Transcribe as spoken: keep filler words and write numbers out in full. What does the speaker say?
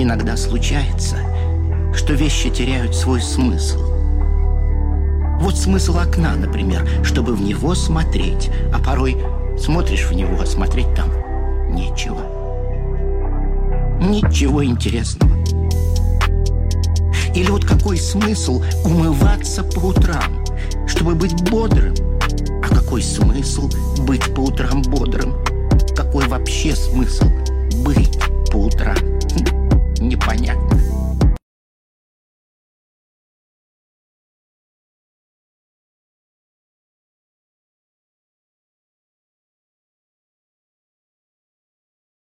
Иногда случается, что вещи теряют свой смысл. Вот смысл окна, например, чтобы в него смотреть, а порой смотришь в него, а смотреть там нечего. Ничего интересного. Или вот какой смысл умываться по утрам, чтобы быть бодрым? А какой смысл быть по утрам бодрым? Какой вообще смысл быть по утрам?